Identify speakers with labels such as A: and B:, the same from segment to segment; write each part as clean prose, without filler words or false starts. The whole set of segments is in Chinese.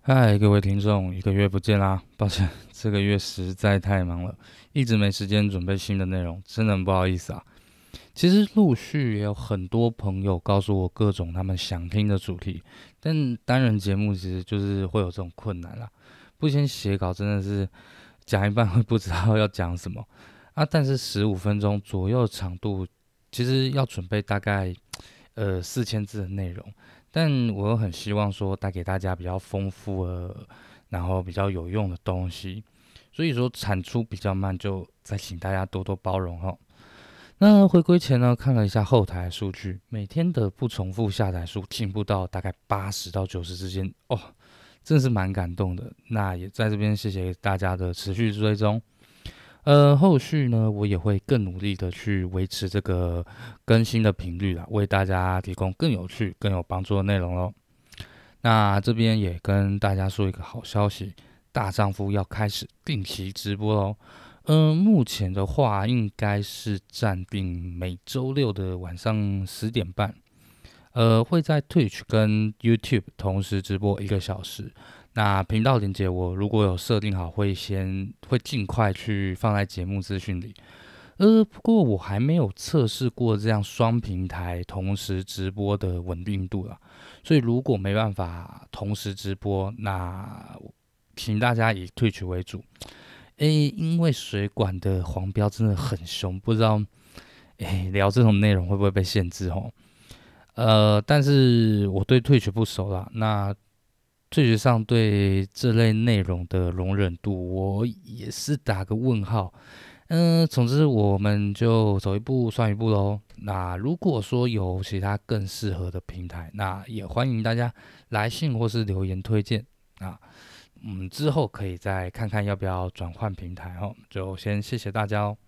A: 嗨，各位听众，一个月不见啦！抱歉，这个月实在太忙了，一直没时间准备新的内容，真的很不好意思啊。其实陆续也有很多朋友告诉我各种他们想听的主题，但单人节目其实就是会有这种困难啦。不先写稿真的是讲一半会不知道要讲什么啊。但是15分钟左右的长度，其实要准备大概4000字的内容，但我又很希望说带给大家比较丰富然后比较有用的东西，所以说产出比较慢，就再请大家多多包容哈。那回归前呢，看了一下后台数据，每天的不重复下载数进步到大概80到90之间，哦，真的是蛮感动的。那也在这边谢谢大家的持续追踪。后续呢，我也会更努力的去维持这个更新的频率啦，为大家提供更有趣、更有帮助的内容喽。那这边也跟大家说一个好消息，大丈夫要开始定期直播喽。目前的话应该是暂定每周六的晚上10点半，会在 Twitch 跟 YouTube 同时直播1个小时。那频道连接我如果有设定好，会尽快去放在节目资讯里。不过我还没有测试过这样双平台同时直播的稳定度啦，所以如果没办法同时直播，那请大家以 Twitch 为主。因为水管的黄标真的很凶，不知道聊这种内容会不会被限制哦？但是我对 Twitch 不熟啦，那 Twitch 上对这类内容的容忍度，我也是打个问号。总之我们就走一步算一步喽。那如果说有其他更适合的平台，那也欢迎大家来信或是留言推荐啊。之后可以再看看要不要转换平台哦。就先谢谢大家哦。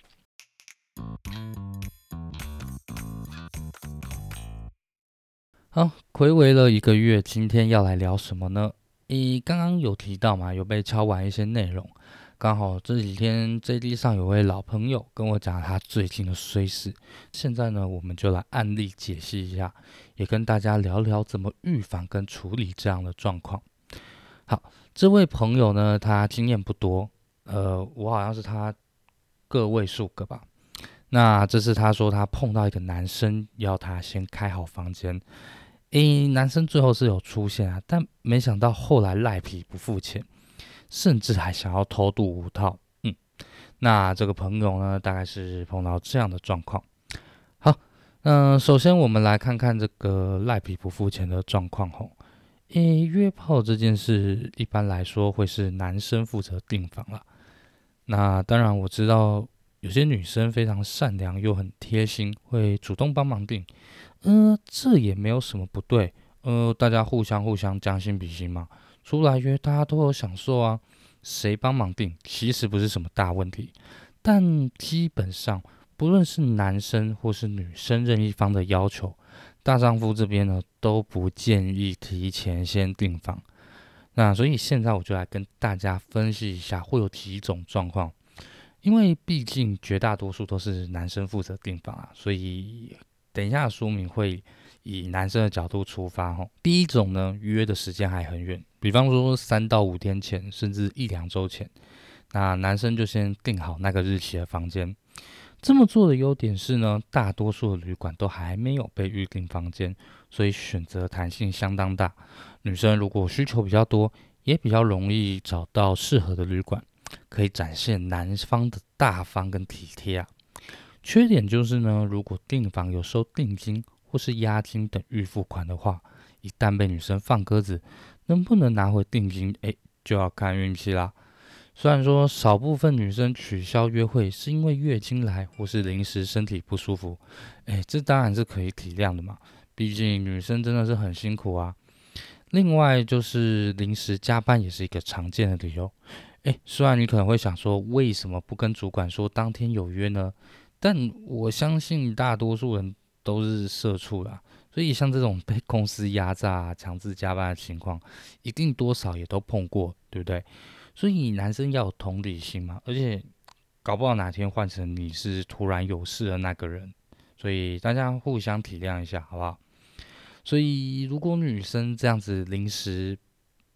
A: 好，暌违了一个月，今天要来聊什么呢？刚刚有提到嘛，有被敲完一些内容。刚好这几天 JD 上有位老朋友跟我讲他最近的衰事，现在呢，我们就来案例解析一下，也跟大家聊聊怎么预防跟处理这样的状况。好，这位朋友呢，他经验不多，我好像是他个位数个吧。那这是他说他碰到一个男生，要他先开好房间。男生最后是有出现啊，但没想到后来赖皮不付钱，甚至还想要偷渡无套。那这个朋友呢，大概是碰到这样的状况。好，首先我们来看看这个赖皮不付钱的状况吼。约炮这件事一般来说会是男生负责订房啦。那当然我知道有些女生非常善良又很贴心，会主动帮忙订。这也没有什么不对。大家互相将心比心嘛，出来约大家都有享受啊，谁帮忙订其实不是什么大问题。但基本上不论是男生或是女生任意方的要求，大丈夫这边呢都不建议提前先订房。那所以现在我就来跟大家分析一下会有几种状况，因为毕竟绝大多数都是男生负责订房啊，所以等一下的说明会以男生的角度出发哈。第一种呢，约的时间还很远，比方说3到5天前，甚至1、2周前，那男生就先订好那个日期的房间。这么做的优点是呢，大多数的旅馆都还没有被预订房间，所以选择弹性相当大。女生如果需求比较多，也比较容易找到适合的旅馆，可以展现男方的大方跟体贴啊。缺点就是呢，如果订房有收定金或是押金等预付款的话，一旦被女生放鸽子，能不能拿回定金，就要看运气啦。虽然说少部分女生取消约会是因为月经来或是临时身体不舒服，这当然是可以体谅的嘛，毕竟女生真的是很辛苦啊。另外就是临时加班也是一个常见的理由。虽然你可能会想说，为什么不跟主管说当天有约呢？但我相信大多数人都是社畜啦，所以像这种被公司压榨、强制加班的情况，一定多少也都碰过，对不对？所以男生要有同理心嘛，而且搞不好哪天换成你是突然有事的那个人，所以大家互相体谅一下，好不好？所以如果女生这样子临时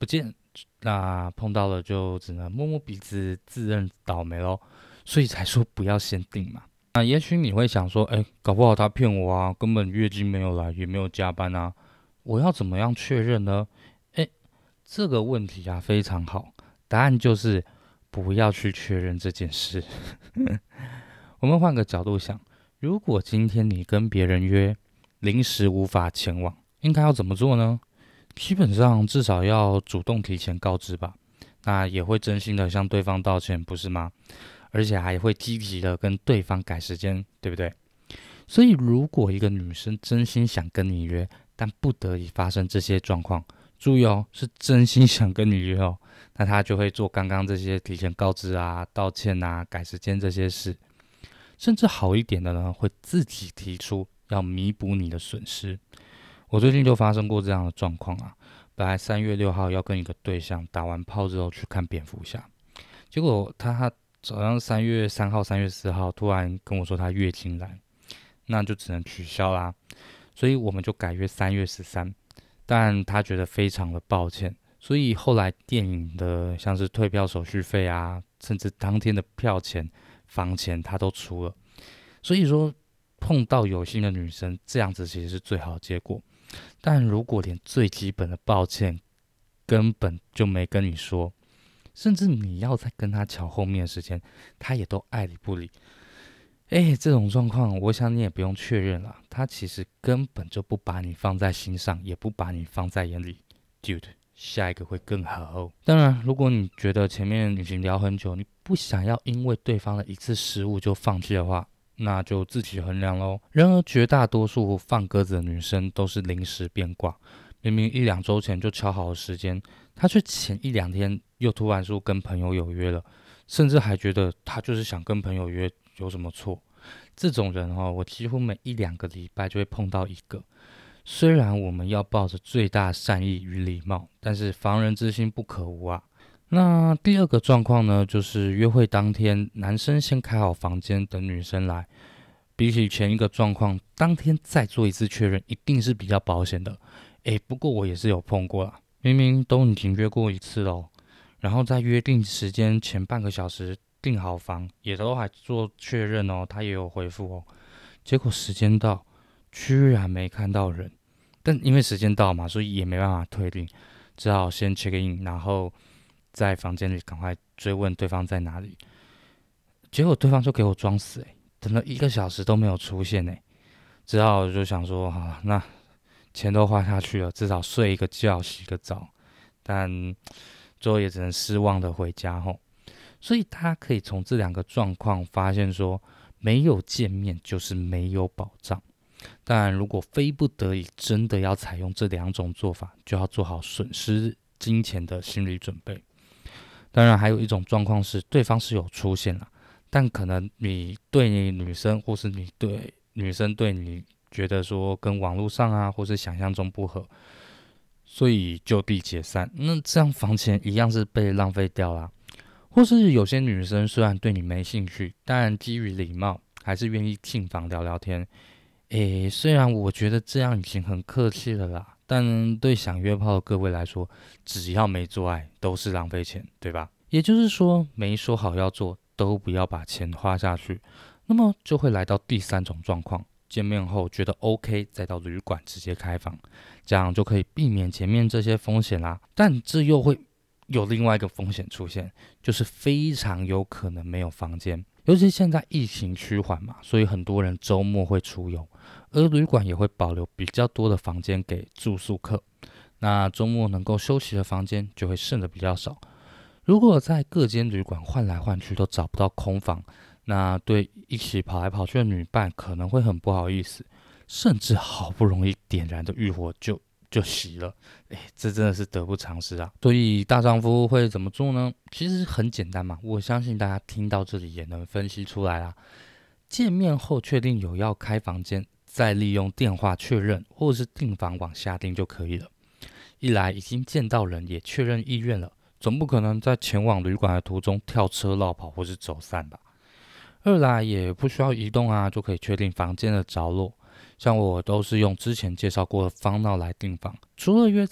A: 不见，那碰到了就只能摸摸鼻子，自认倒霉咯。所以才说不要先定嘛。那也许你会想说，搞不好他骗我啊，根本月经没有来，也没有加班啊，我要怎么样确认呢？哎，这个问题啊非常好，答案就是不要去确认这件事。我们换个角度想，如果今天你跟别人约，临时无法前往，应该要怎么做呢？基本上至少要主动提前告知吧，那也会真心的向对方道歉，不是吗？而且还会积极的跟对方改时间，对不对？所以如果一个女生真心想跟你约，但不得已发生这些状况，注意哦，是真心想跟你约哦，那她就会做刚刚这些提前告知啊、道歉啊、改时间这些事，甚至好一点的呢，会自己提出要弥补你的损失。我最近就发生过这样的状况啊，本来3月6号要跟一个对象打完炮之后去看蝙蝠侠，结果他好像3月3号、3月4号突然跟我说他月经来，那就只能取消啦。所以我们就改约3月13，但他觉得非常的抱歉，所以后来电影的像是退票手续费啊，甚至当天的票钱、房钱他都出了。所以说碰到有心的女生，这样子其实是最好的结果。但如果连最基本的抱歉根本就没跟你说，甚至你要再跟他瞧后面的时间，他也都爱理不理。这种状况，我想你也不用确认了，他其实根本就不把你放在心上，也不把你放在眼里。Dude，下一个会更好。当然，如果你觉得前面已经聊很久，你不想要因为对方的一次失误就放弃的话，那就自己衡量咯。然而，绝大多数放鸽子的女生都是临时变卦，明明1、2周前就敲好的时间，她却前1、2天又突然说跟朋友有约了，甚至还觉得她就是想跟朋友约，有什么错？这种人我几乎每1、2个礼拜就会碰到一个。虽然我们要抱着最大善意与礼貌，但是防人之心不可无啊。那第二个状况呢，就是约会当天，男生先开好房间等女生来。比起前一个状况，当天再做一次确认，一定是比较保险的。不过我也是有碰过啦，明明都已经约过一次了，然后在约定时间前半个小时订好房，也都还做确认哦，他也有回复哦。结果时间到，居然没看到人。但因为时间到嘛，所以也没办法退订，只好先 check in， 然后在房间里赶快追问对方在哪里。结果对方就给我装死，等了1个小时都没有出现只好就想说，好，那钱都花下去了，至少睡一个觉，洗个澡。但最后也只能失望的回家吼。所以他可以从这2个状况发现说，没有见面就是没有保障。当然，如果非不得已真的要采用这2种做法，就要做好损失金钱的心理准备。当然，还有一种状况是对方是有出现了，但可能你对你女生，或是你对女生对你觉得说跟网络上啊，或是想象中不合，所以就地解散。那这样房钱一样是被浪费掉啦。或是有些女生虽然对你没兴趣，但基于礼貌，还是愿意进房聊聊天。虽然我觉得这样已经很客气了啦，但对想约炮的各位来说，只要没做爱都是浪费钱，对吧？也就是说，没说好要做，都不要把钱花下去。那么就会来到第3种状况，见面后觉得 OK， 再到旅馆直接开房，这样就可以避免前面这些风险啦。但这又会有另外一个风险出现，就是非常有可能没有房间。尤其现在疫情趋缓嘛，所以很多人周末会出游，而旅馆也会保留比较多的房间给住宿客。那周末能够休息的房间就会剩的比较少。如果在各间旅馆换来换去都找不到空房，那对一起跑来跑去的女伴可能会很不好意思，甚至好不容易点燃的欲火就熄了。这真的是得不偿失啊。所以大丈夫会怎么做呢？其实很简单嘛，我相信大家听到这里也能分析出来啦。见面后确定有要开房间，再利用电话确认或者是订房网下订就可以了。一来已经见到人，也确认意愿了，总不可能在前往旅馆的途中跳车绕跑或是走散吧。二来也不需要移动啊，就可以确定房间的着落。像我都是用之前介绍过的方闹来订房，除了约在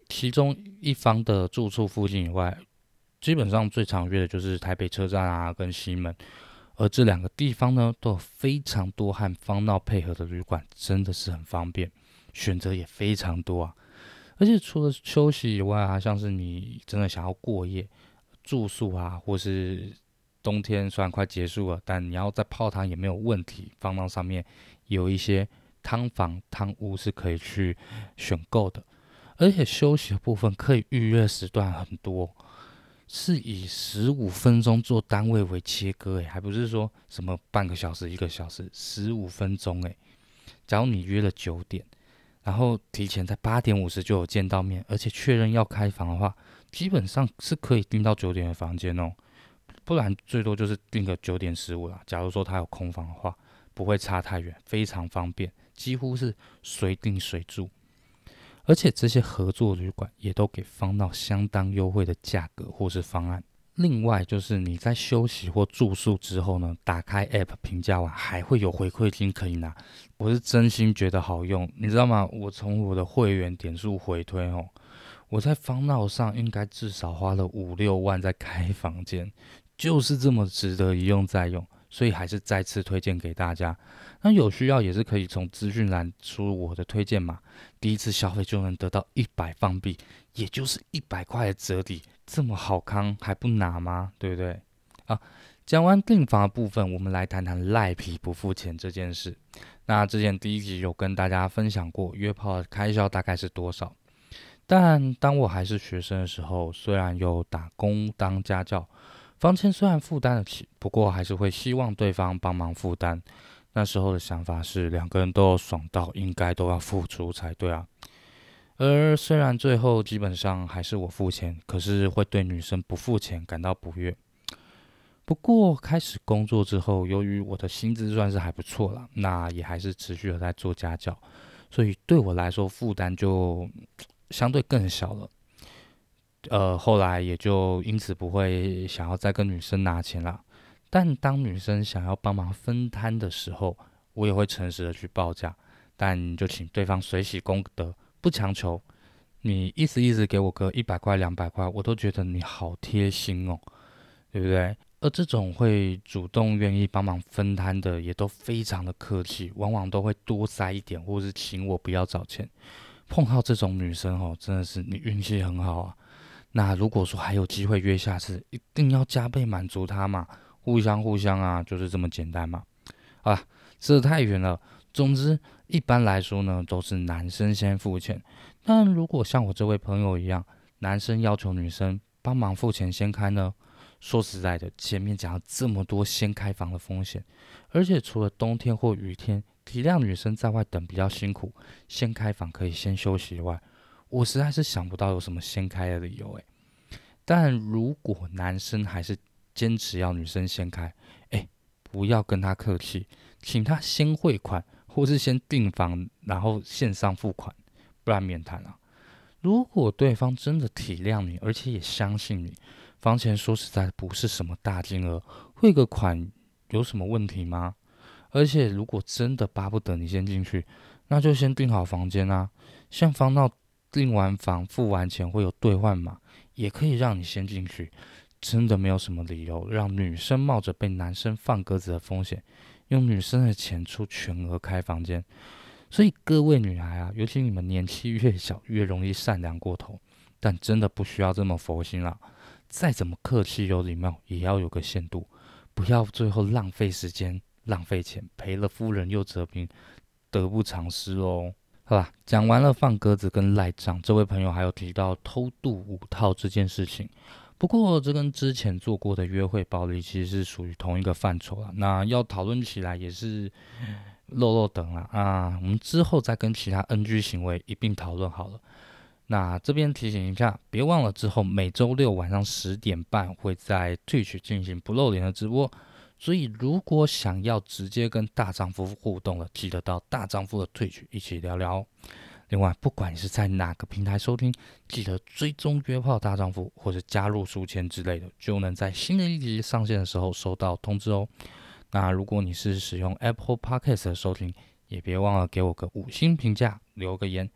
A: 其中一方的住处附近以外，基本上最常约的就是台北车站啊跟西门，而这两个地方呢都有非常多和方闹配合的旅馆，真的是很方便，选择也非常多啊。而且除了休息以外啊，像是你真的想要过夜住宿啊，或是冬天虽然快结束了，但你要在泡汤也没有问题。方浪上面有一些汤房、汤屋是可以去选购的，而且休息的部分可以预约时段很多，是以15分钟做单位为切割，还不是说什么半个小时、1个小时，15分钟假如你约了9点，然后提前在8点50就有见到面，而且确认要开房的话，基本上是可以订到9点的房间哦。不然最多就是订个9点15啦。假如说他有空房的话，不会差太远，非常方便，几乎是随订随住。而且这些合作旅馆也都给方到相当优惠的价格或是方案。另外就是你在休息或住宿之后呢，打开 App 评价完还会有回馈金可以拿，我是真心觉得好用，你知道吗？我从我的会员点数回推我在方闹上应该至少花了5、6万在开房间，就是这么值得一用再用，所以还是再次推荐给大家。那有需要也是可以从资讯栏输入我的推荐码，第一次消费就能得到100方币，也就是100块的折抵，这么好康还不拿吗？对不对？啊，讲完订房的部分，我们来谈谈赖皮不付钱这件事。那之前第一集有跟大家分享过约炮的开销大概是多少，但当我还是学生的时候，虽然有打工当家教，房钱虽然负担得起，不过还是会希望对方帮忙负担。那时候的想法是，两个人都有爽到，应该都要付出才对啊。而虽然最后基本上还是我付钱，可是会对女生不付钱感到不悦。不过开始工作之后，由于我的薪资算是还不错啦，那也还是持续的在做家教，所以对我来说负担就相对更小了。后来也就因此不会想要再跟女生拿钱啦。但当女生想要帮忙分摊的时候，我也会诚实的去报价，但就请对方随喜功德，不强求。你意思意思给我个100块、200块，我都觉得你好贴心哦，对不对？而这种会主动愿意帮忙分摊的，也都非常的客气，往往都会多塞一点，或是请我不要找钱。碰到这种女生真的是你运气很好啊。那如果说还有机会约下次，一定要加倍满足她嘛，互相啊，就是这么简单嘛。好啦，这太远了。总之，一般来说呢，都是男生先付钱。但如果像我这位朋友一样，男生要求女生帮忙付钱先开呢？说实在的，前面讲了这么多先开房的风险，而且除了冬天或雨天，体谅女生在外等比较辛苦，先开房可以先休息以外，我实在是想不到有什么先开的理由但如果男生还是坚持要女生先开，不要跟他客气，请他先汇款，或是先订房，然后线上付款，不然免谈啊。如果对方真的体谅你，而且也相信你，房钱说实在不是什么大金额，汇个款有什么问题吗？而且如果真的巴不得你先进去，那就先订好房间啊。像房到订完房付完钱会有兑换码，也可以让你先进去。真的没有什么理由让女生冒着被男生放鸽子的风险，用女生的钱出全额开房间。所以各位女孩啊，尤其你们年纪越小，越容易善良过头，但真的不需要这么佛心啦。再怎么客气有礼貌，也要有个限度，不要最后浪费时间、浪费钱，赔了夫人又折兵，得不偿失哦。好啦，讲完了放鸽子跟赖账，这位朋友还有提到偷渡5套这件事情。不过这跟之前做过的约会暴力其实是属于同一个范畴啦。那要讨论起来也是漏等啦啊，我们之后再跟其他 NG 行为一并讨论好了。那这边提醒一下，别忘了之后每周六晚上10点半会在 Twitch 进行不露脸的直播，所以如果想要直接跟大丈夫互动了，记得到大丈夫的 Twitch 一起聊聊哦。另外，不管你是在哪个平台收听，记得追踪约炮大丈夫或者加入书签之类的，就能在新的一集上线的时候收到通知哦。那如果你是使用 Apple Podcast 的收听，也别忘了给我个5星评价，留个言。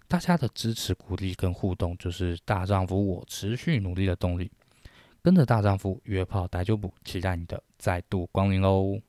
A: 大家的支持、鼓励跟互动，就是大丈夫我持续努力的动力。跟着大丈夫约炮逮就补，期待你的再度光临喽！